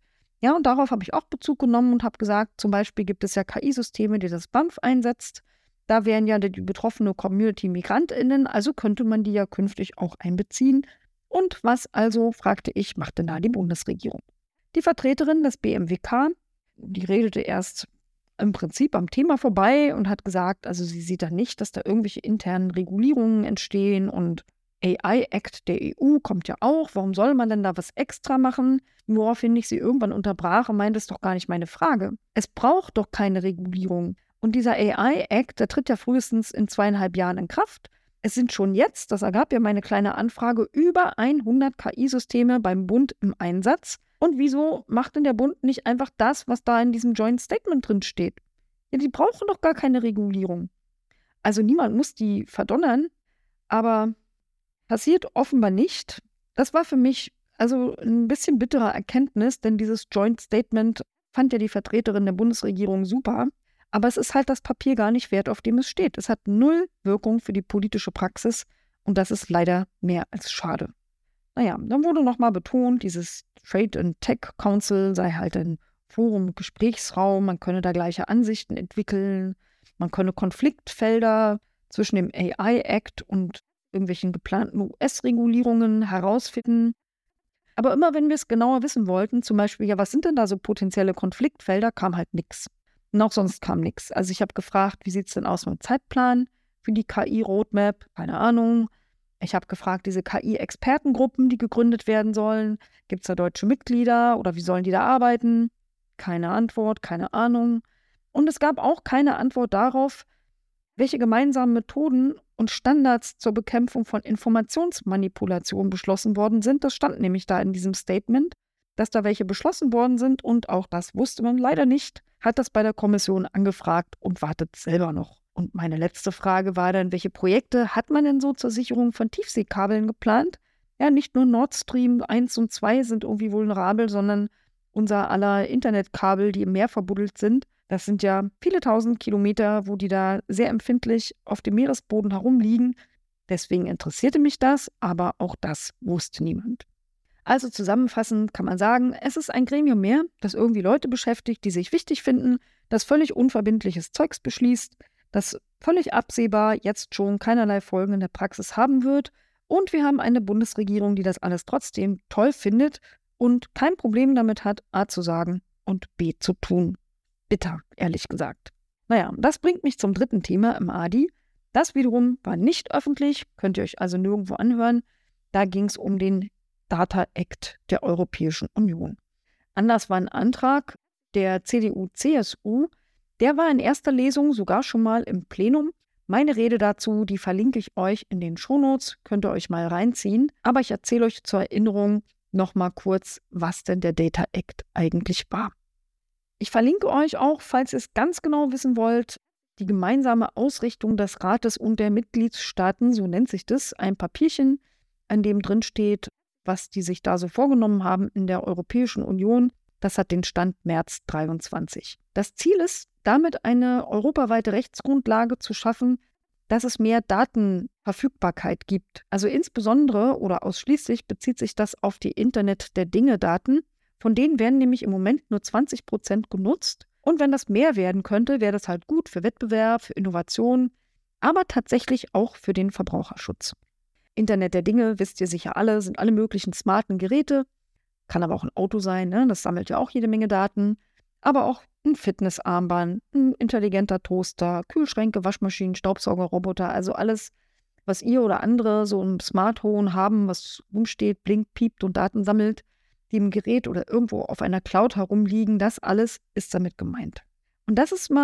Ja, und darauf habe ich auch Bezug genommen und habe gesagt, zum Beispiel gibt es ja KI-Systeme, die das BAMF einsetzt. Da wären ja die betroffene Community MigrantInnen, also könnte man die ja künftig auch einbeziehen. Und was also, fragte ich, macht denn da die Bundesregierung? Die Vertreterin des BMWK, die redete erst im Prinzip am Thema vorbei und hat gesagt, also sie sieht da nicht, dass da irgendwelche internen Regulierungen entstehen und AI-Act der EU kommt ja auch. Warum soll man denn da was extra machen? Woraufhin ich sie irgendwann unterbrach und meinte, das ist doch gar nicht meine Frage. Es braucht doch keine Regulierung. Und dieser AI-Act, der tritt ja frühestens in 2,5 Jahren in Kraft. Es sind schon jetzt, das ergab ja meine kleine Anfrage, über 100 KI-Systeme beim Bund im Einsatz. Und wieso macht denn der Bund nicht einfach das, was da in diesem Joint Statement drin steht? Ja, die brauchen doch gar keine Regulierung. Also niemand muss die verdonnern, aber passiert offenbar nicht. Das war für mich also ein bisschen bittere Erkenntnis, denn dieses Joint Statement fand ja die Vertreterin der Bundesregierung super. Aber es ist halt das Papier gar nicht wert, auf dem es steht. Es hat null Wirkung für die politische Praxis und das ist leider mehr als schade. Naja, dann wurde nochmal betont, dieses Trade and Tech Council sei halt ein Forum, Gesprächsraum, man könne da gleiche Ansichten entwickeln, man könne Konfliktfelder zwischen dem AI-Act und irgendwelchen geplanten US-Regulierungen herausfinden. Aber immer wenn wir es genauer wissen wollten, zum Beispiel, ja, was sind denn da so potenzielle Konfliktfelder, kam halt nichts. Und auch sonst kam nichts. Also ich habe gefragt, wie sieht es denn aus mit dem Zeitplan für die KI-Roadmap? Keine Ahnung. Ich habe gefragt, diese KI-Expertengruppen, die gegründet werden sollen, gibt es da deutsche Mitglieder oder wie sollen die da arbeiten? Keine Antwort, keine Ahnung. Und es gab auch keine Antwort darauf, welche gemeinsamen Methoden und Standards zur Bekämpfung von Informationsmanipulation beschlossen worden sind. Das stand nämlich da in diesem Statement, dass da welche beschlossen worden sind und auch das wusste man leider nicht, hat das bei der Kommission angefragt und wartet selber noch. Und meine letzte Frage war dann, welche Projekte hat man denn so zur Sicherung von Tiefseekabeln geplant? Ja, nicht nur Nord Stream 1 und 2 sind irgendwie vulnerabel, sondern unser aller Internetkabel, die im Meer verbuddelt sind. Das sind ja viele tausend Kilometer, wo die da sehr empfindlich auf dem Meeresboden herumliegen. Deswegen interessierte mich das, aber auch das wusste niemand. Also zusammenfassend kann man sagen, es ist ein Gremium mehr, das irgendwie Leute beschäftigt, die sich wichtig finden, das völlig unverbindliches Zeugs beschließt, das völlig absehbar jetzt schon keinerlei Folgen in der Praxis haben wird. Und wir haben eine Bundesregierung, die das alles trotzdem toll findet und kein Problem damit hat, A zu sagen und B zu tun. Bitter, ehrlich gesagt. Naja, das bringt mich zum dritten Thema im ADI. Das wiederum war nicht öffentlich, könnt ihr euch also nirgendwo anhören. Da ging es um den Data Act der Europäischen Union. Anders war ein Antrag der CDU-CSU, der war in erster Lesung sogar schon mal im Plenum. Meine Rede dazu, die verlinke ich euch in den Shownotes, könnt ihr euch mal reinziehen. Aber ich erzähle euch zur Erinnerung noch mal kurz, was denn der Data Act eigentlich war. Ich verlinke euch auch, falls ihr es ganz genau wissen wollt, die gemeinsame Ausrichtung des Rates und der Mitgliedstaaten, so nennt sich das, ein Papierchen, an dem drin steht, was die sich da so vorgenommen haben in der Europäischen Union. Das hat den Stand März 2023. Das Ziel ist, damit eine europaweite Rechtsgrundlage zu schaffen, dass es mehr Datenverfügbarkeit gibt. Also insbesondere oder ausschließlich bezieht sich das auf die Internet der Dinge-Daten. Von denen werden nämlich im Moment nur 20% genutzt. Und wenn das mehr werden könnte, wäre das halt gut für Wettbewerb, für Innovation, aber tatsächlich auch für den Verbraucherschutz. Internet der Dinge, wisst ihr sicher alle, sind alle möglichen smarten Geräte. Kann aber auch ein Auto sein, ne? Das sammelt ja auch jede Menge Daten. Aber auch ein Fitnessarmband, ein intelligenter Toaster, Kühlschränke, Waschmaschinen, Staubsaugerroboter, also alles, was ihr oder andere so im Smartphone haben, was rumsteht, blinkt, piept und Daten sammelt, die im Gerät oder irgendwo auf einer Cloud herumliegen, das alles ist damit gemeint. Und das ist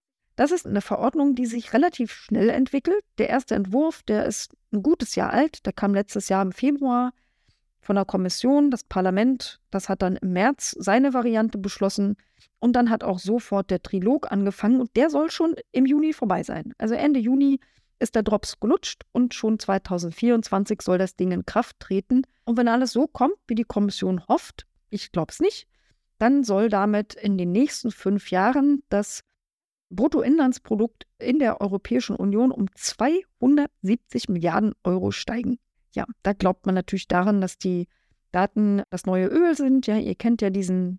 eine Verordnung, die sich relativ schnell entwickelt. Der erste Entwurf, der ist ein gutes Jahr alt, der kam letztes Jahr im Februar von der Kommission. Das Parlament, das hat dann im März seine Variante beschlossen und dann hat auch sofort der Trilog angefangen und der soll schon im Juni vorbei sein. Also Ende Juni ist der Drops gelutscht und schon 2024 soll das Ding in Kraft treten. Und wenn alles so kommt, wie die Kommission hofft, ich glaube es nicht, dann soll damit in den nächsten 5 Jahren das Bruttoinlandsprodukt in der Europäischen Union um 270 Milliarden Euro steigen. Ja, da glaubt man natürlich daran, dass die Daten das neue Öl sind. Ja, ihr kennt ja diesen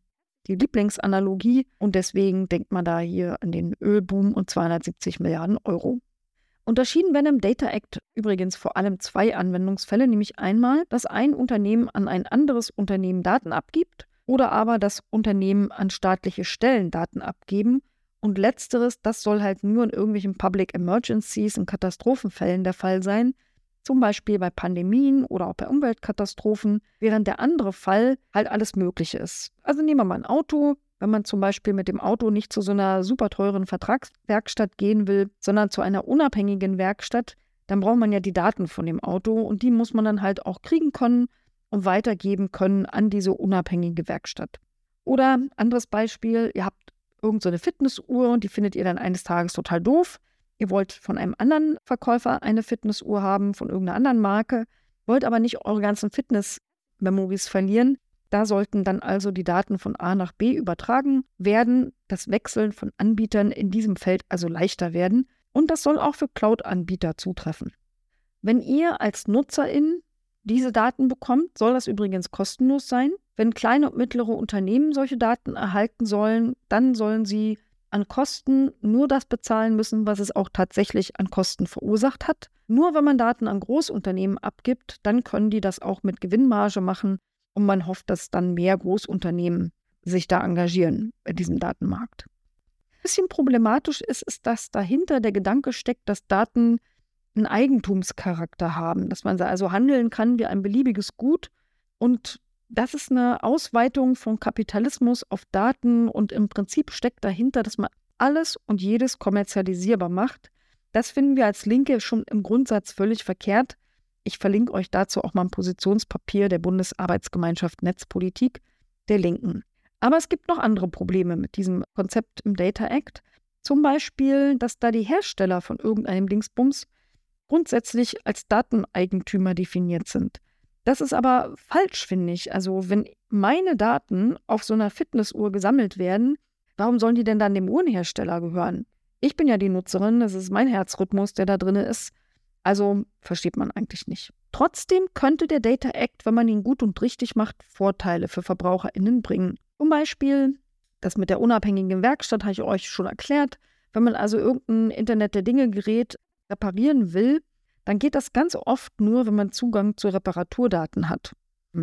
die Lieblingsanalogie und deswegen denkt man da hier an den Ölboom und 270 Milliarden Euro. Unterschieden werden im Data Act übrigens vor allem 2 Anwendungsfälle, nämlich einmal, dass ein Unternehmen an ein anderes Unternehmen Daten abgibt oder aber das Unternehmen an staatliche Stellen Daten abgeben. Und letzteres, das soll halt nur in irgendwelchen Public Emergencies und Katastrophenfällen der Fall sein, zum Beispiel bei Pandemien oder auch bei Umweltkatastrophen, während der andere Fall halt alles Mögliche ist. Also nehmen wir mal ein Auto. Wenn man zum Beispiel mit dem Auto nicht zu so einer super teuren Vertragswerkstatt gehen will, sondern zu einer unabhängigen Werkstatt, dann braucht man ja die Daten von dem Auto und die muss man dann halt auch kriegen können und weitergeben können an diese unabhängige Werkstatt. Oder anderes Beispiel, ihr habt irgend so eine Fitnessuhr und die findet ihr dann eines Tages total doof. Ihr wollt von einem anderen Verkäufer eine Fitnessuhr haben, von irgendeiner anderen Marke, wollt aber nicht eure ganzen Fitness-Memories verlieren. Da sollten dann also die Daten von A nach B übertragen werden, das Wechseln von Anbietern in diesem Feld also leichter werden und das soll auch für Cloud-Anbieter zutreffen. Wenn ihr als Nutzerin diese Daten bekommt, soll das übrigens kostenlos sein. Wenn kleine und mittlere Unternehmen solche Daten erhalten sollen, dann sollen sie an Kosten nur das bezahlen müssen, was es auch tatsächlich an Kosten verursacht hat. Nur wenn man Daten an Großunternehmen abgibt, dann können die das auch mit Gewinnmarge machen. Und man hofft, dass dann mehr Großunternehmen sich da engagieren bei diesem Datenmarkt. Ein bisschen problematisch ist, dass dahinter der Gedanke steckt, dass Daten einen Eigentumscharakter haben, dass man also handeln kann wie ein beliebiges Gut. Und das ist eine Ausweitung von Kapitalismus auf Daten und im Prinzip steckt dahinter, dass man alles und jedes kommerzialisierbar macht. Das finden wir als Linke schon im Grundsatz völlig verkehrt. Ich verlinke euch dazu auch mal ein Positionspapier der Bundesarbeitsgemeinschaft Netzpolitik der Linken. Aber es gibt noch andere Probleme mit diesem Konzept im Data Act. Zum Beispiel, dass da die Hersteller von irgendeinem Dingsbums grundsätzlich als Dateneigentümer definiert sind. Das ist aber falsch, finde ich. Also wenn meine Daten auf so einer Fitnessuhr gesammelt werden, warum sollen die denn dann dem Uhrenhersteller gehören? Ich bin ja die Nutzerin, das ist mein Herzrhythmus, der da drin ist. Also versteht man eigentlich nicht. Trotzdem könnte der Data Act, wenn man ihn gut und richtig macht, Vorteile für VerbraucherInnen bringen. Zum Beispiel, das mit der unabhängigen Werkstatt habe ich euch schon erklärt. Wenn man also irgendein Internet der Dinge-Gerät reparieren will, dann geht das ganz oft nur, wenn man Zugang zu Reparaturdaten hat.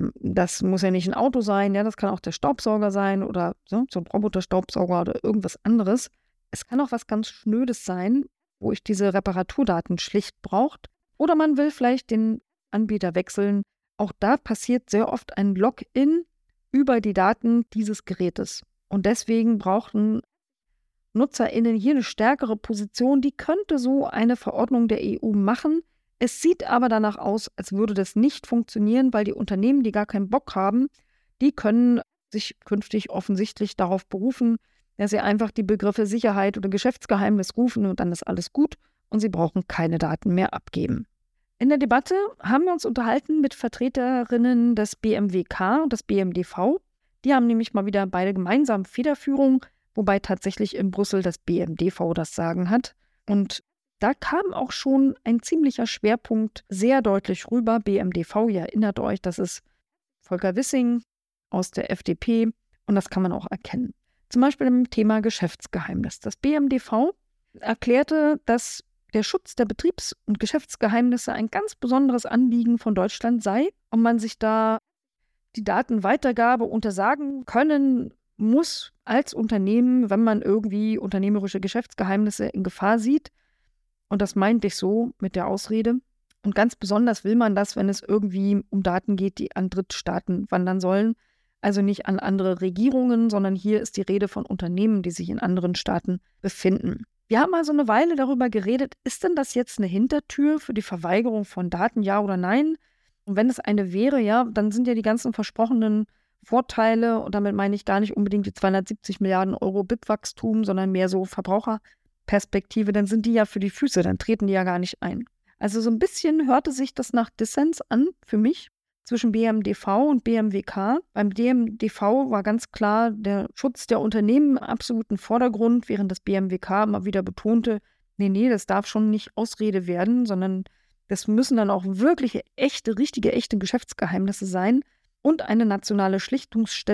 Das muss ja nicht ein Auto sein, ja, das kann auch der Staubsauger sein oder so ein Roboterstaubsauger oder irgendwas anderes. Es kann auch was ganz Schnödes sein, wo ich diese Reparaturdaten schlicht braucht. Oder man will vielleicht den Anbieter wechseln. Auch da passiert sehr oft ein Login über die Daten dieses Gerätes. Und deswegen brauchen NutzerInnen hier eine stärkere Position. Die könnte so eine Verordnung der EU machen. Es sieht aber danach aus, als würde das nicht funktionieren, weil die Unternehmen, die gar keinen Bock haben, die können sich künftig offensichtlich darauf berufen, dass sie einfach die Begriffe Sicherheit oder Geschäftsgeheimnis rufen und dann ist alles gut und sie brauchen keine Daten mehr abgeben. In der Debatte haben wir uns unterhalten mit Vertreterinnen des BMWK und des BMDV. Die haben nämlich mal wieder beide gemeinsam Federführung, wobei tatsächlich in Brüssel das BMDV das Sagen hat. Und da kam auch schon ein ziemlicher Schwerpunkt sehr deutlich rüber. BMDV, ihr erinnert euch, das ist Volker Wissing aus der FDP und das kann man auch erkennen. Zum Beispiel im Thema Geschäftsgeheimnis. Das BMDV erklärte, dass der Schutz der Betriebs- und Geschäftsgeheimnisse ein ganz besonderes Anliegen von Deutschland sei und man sich da die Datenweitergabe untersagen können muss als Unternehmen, wenn man irgendwie unternehmerische Geschäftsgeheimnisse in Gefahr sieht. Und das meinte ich so mit der Ausrede. Und ganz besonders will man das, wenn es irgendwie um Daten geht, die an Drittstaaten wandern sollen. Also nicht an andere Regierungen, sondern hier ist die Rede von Unternehmen, die sich in anderen Staaten befinden. Wir haben also eine Weile darüber geredet, ist denn das jetzt eine Hintertür für die Verweigerung von Daten, ja oder nein? Und wenn es eine wäre, ja, dann sind ja die ganzen versprochenen Vorteile, und damit meine ich gar nicht unbedingt die 270 Milliarden Euro BIP-Wachstum, sondern mehr so Verbraucherperspektive, dann sind die ja für die Füße, dann treten die ja gar nicht ein. Also so ein bisschen hörte sich das nach Dissens an für mich zwischen BMDV und BMWK. Beim BMDV war ganz klar der Schutz der Unternehmen im absoluten Vordergrund, während das BMWK immer wieder betonte, nee, das darf schon nicht Ausrede werden, sondern das müssen dann auch wirkliche, echte Geschäftsgeheimnisse sein und eine nationale Schlichtungsstelle,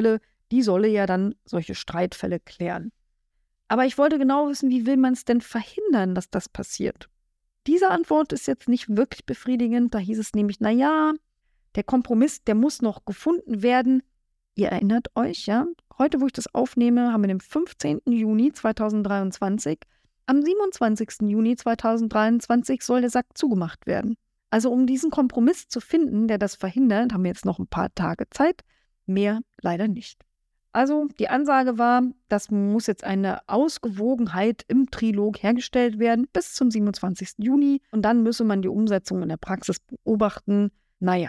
Die solle ja dann solche Streitfälle klären. Aber ich wollte genau wissen, wie will man es denn verhindern, dass das passiert? Diese Antwort ist jetzt nicht wirklich befriedigend. Da hieß es nämlich, naja, der Kompromiss, der muss noch gefunden werden. Ihr erinnert euch, ja? Heute, wo ich das aufnehme, haben wir den 15. Juni 2023. Am 27. Juni 2023 soll der Sack zugemacht werden. Also um diesen Kompromiss zu finden, der das verhindert, haben wir jetzt noch ein paar Tage Zeit. Mehr leider nicht. Also die Ansage war, das muss jetzt eine Ausgewogenheit im Trilog hergestellt werden bis zum 27. Juni. Und dann müsse man die Umsetzung in der Praxis beobachten. Naja,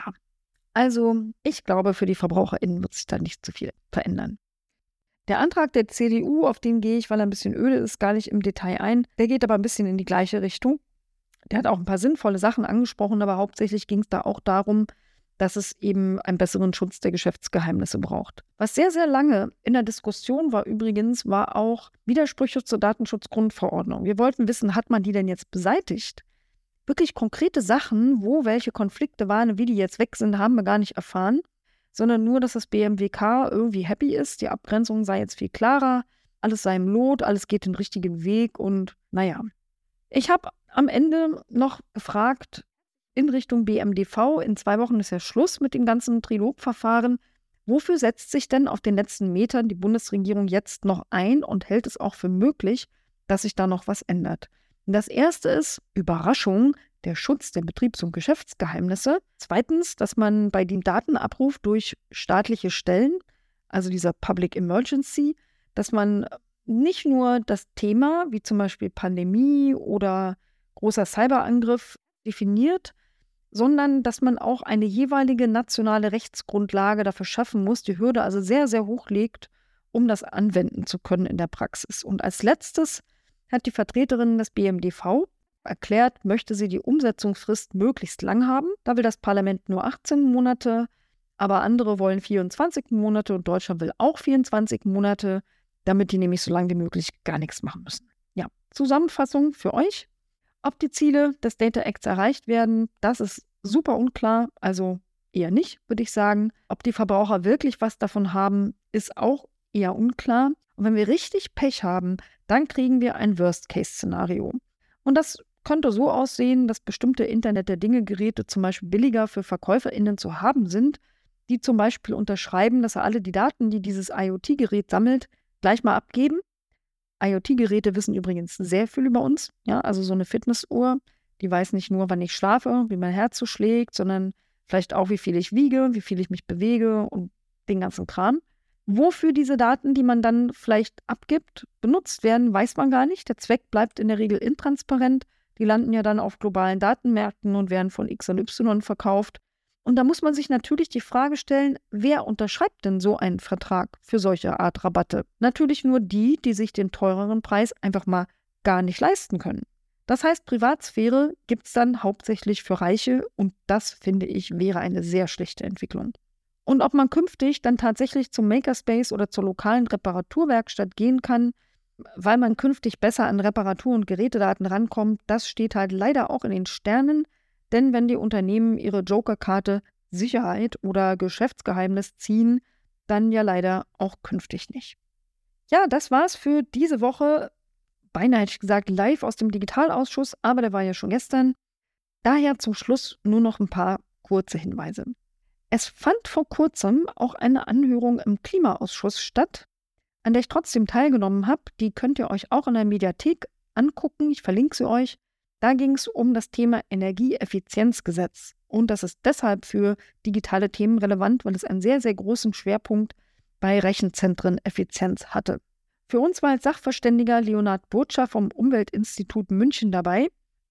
also ich glaube, für die VerbraucherInnen wird sich da nicht zu viel verändern. Der Antrag der CDU, auf den gehe ich, weil er ein bisschen öde ist, gar nicht im Detail ein. Der geht aber ein bisschen in die gleiche Richtung. Der hat auch ein paar sinnvolle Sachen angesprochen, aber hauptsächlich ging es da auch darum, dass es eben einen besseren Schutz der Geschäftsgeheimnisse braucht. Was sehr, sehr lange in der Diskussion war übrigens, war auch Widersprüche zur Datenschutzgrundverordnung. Wir wollten wissen, hat man die denn jetzt beseitigt? Wirklich konkrete Sachen, wo welche Konflikte waren, wie die jetzt weg sind, haben wir gar nicht erfahren, sondern nur, dass das BMWK irgendwie happy ist, die Abgrenzung sei jetzt viel klarer, alles sei im Lot, alles geht den richtigen Weg und naja. Ich habe am Ende noch gefragt, in Richtung BMDV, in 2 Wochen ist ja Schluss mit dem ganzen Trilogverfahren. Wofür setzt sich denn auf den letzten Metern die Bundesregierung jetzt noch ein und hält es auch für möglich, dass sich da noch was ändert? Und das erste ist, Überraschung, der Schutz der Betriebs- und Geschäftsgeheimnisse. Zweitens, dass man bei dem Datenabruf durch staatliche Stellen, also dieser Public Emergency, dass man nicht nur das Thema, wie zum Beispiel Pandemie oder großer Cyberangriff, definiert, sondern dass man auch eine jeweilige nationale Rechtsgrundlage dafür schaffen muss, die Hürde also sehr, sehr hoch legt, um das anwenden zu können in der Praxis. Und als letztes hat die Vertreterin des BMDV erklärt, möchte sie die Umsetzungsfrist möglichst lang haben. Da will das Parlament nur 18 Monate, aber andere wollen 24 Monate und Deutschland will auch 24 Monate, damit die nämlich so lange wie möglich gar nichts machen müssen. Ja, Zusammenfassung für euch. Ob die Ziele des Data Acts erreicht werden, das ist super unklar, also eher nicht, würde ich sagen. Ob die Verbraucher wirklich was davon haben, ist auch eher unklar. Und wenn wir richtig Pech haben, dann kriegen wir ein Worst-Case-Szenario. Und das könnte so aussehen, dass bestimmte Internet der Dinge-Geräte zum Beispiel billiger für VerkäuferInnen zu haben sind, die zum Beispiel unterschreiben, dass er alle die Daten, die dieses IoT-Gerät sammelt, gleich mal abgeben. IoT-Geräte wissen übrigens sehr viel über uns. Ja, also so eine Fitnessuhr, die weiß nicht nur, wann ich schlafe, wie mein Herz so schlägt, sondern vielleicht auch, wie viel ich wiege, wie viel ich mich bewege und den ganzen Kram. Wofür diese Daten, die man dann vielleicht abgibt, benutzt werden, weiß man gar nicht. Der Zweck bleibt in der Regel intransparent. Die landen ja dann auf globalen Datenmärkten und werden von X und Y verkauft. Und da muss man sich natürlich die Frage stellen, wer unterschreibt denn so einen Vertrag für solche Art Rabatte? Natürlich nur die, die sich den teureren Preis einfach mal gar nicht leisten können. Das heißt, Privatsphäre gibt es dann hauptsächlich für Reiche und das, finde ich, wäre eine sehr schlechte Entwicklung. Und ob man künftig dann tatsächlich zum Makerspace oder zur lokalen Reparaturwerkstatt gehen kann, weil man künftig besser an Reparatur- und Gerätedaten rankommt, das steht halt leider auch in den Sternen. Denn wenn die Unternehmen ihre Joker-Karte Sicherheit oder Geschäftsgeheimnis ziehen, dann ja leider auch künftig nicht. Ja, das war's für diese Woche. Beinahe hätte ich gesagt, live aus dem Digitalausschuss, aber der war ja schon gestern. Daher zum Schluss nur noch ein paar kurze Hinweise. Es fand vor kurzem auch eine Anhörung im Klimaausschuss statt, an der ich trotzdem teilgenommen habe. Die könnt ihr euch auch in der Mediathek angucken. Ich verlinke sie euch. Da ging es um das Thema Energieeffizienzgesetz. Und das ist deshalb für digitale Themen relevant, weil es einen sehr, sehr großen Schwerpunkt bei Rechenzentreneffizienz hatte. Für uns war als Sachverständiger Leonhard Burtscher vom Umweltinstitut München dabei.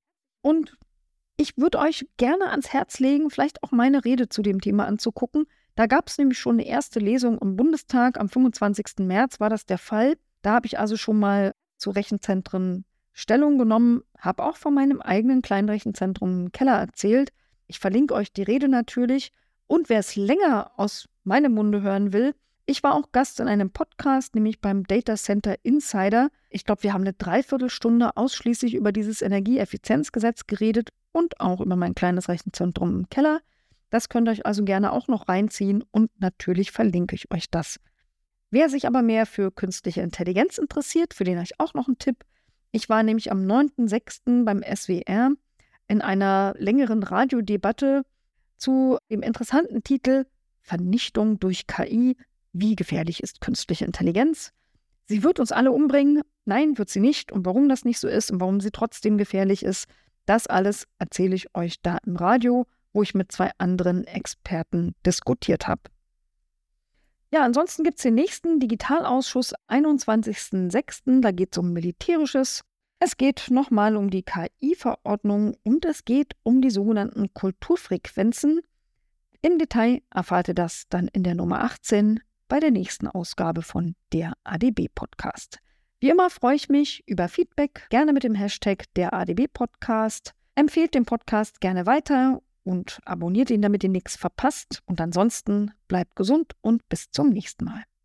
Und ich würde euch gerne ans Herz legen, vielleicht auch meine Rede zu dem Thema anzugucken. Da gab es nämlich schon eine erste Lesung im Bundestag. Am 25. März war das der Fall. Da habe ich also schon mal zu Rechenzentren Stellung genommen, habe auch von meinem eigenen kleinen Rechenzentrum im Keller erzählt. Ich verlinke euch die Rede natürlich. Und wer es länger aus meinem Munde hören will, ich war auch Gast in einem Podcast, nämlich beim Data Center Insider. Ich glaube, wir haben eine Dreiviertelstunde ausschließlich über dieses Energieeffizienzgesetz geredet und auch über mein kleines Rechenzentrum im Keller. Das könnt ihr euch also gerne auch noch reinziehen und natürlich verlinke ich euch das. Wer sich aber mehr für künstliche Intelligenz interessiert, für den habe ich auch noch einen Tipp. Ich war nämlich am 9.6. beim SWR in einer längeren Radiodebatte zu dem interessanten Titel Vernichtung durch KI. Wie gefährlich ist künstliche Intelligenz? Sie wird uns alle umbringen. Nein, wird sie nicht. Und warum das nicht so ist und warum sie trotzdem gefährlich ist, das alles erzähle ich euch da im Radio, wo ich mit 2 anderen Experten diskutiert habe. Ja, ansonsten gibt es den nächsten Digitalausschuss 21.06. Da geht es um Militärisches. Es geht nochmal um die KI-Verordnung und es geht um die sogenannten Kulturfrequenzen. Im Detail erfahrt ihr das dann in der Nummer 18 bei der nächsten Ausgabe von der ADB-Podcast. Wie immer freue ich mich über Feedback, gerne mit dem Hashtag der ADB-Podcast. Empfehlt den Podcast gerne weiter und abonniert ihn, damit ihr nichts verpasst. Und ansonsten bleibt gesund und bis zum nächsten Mal.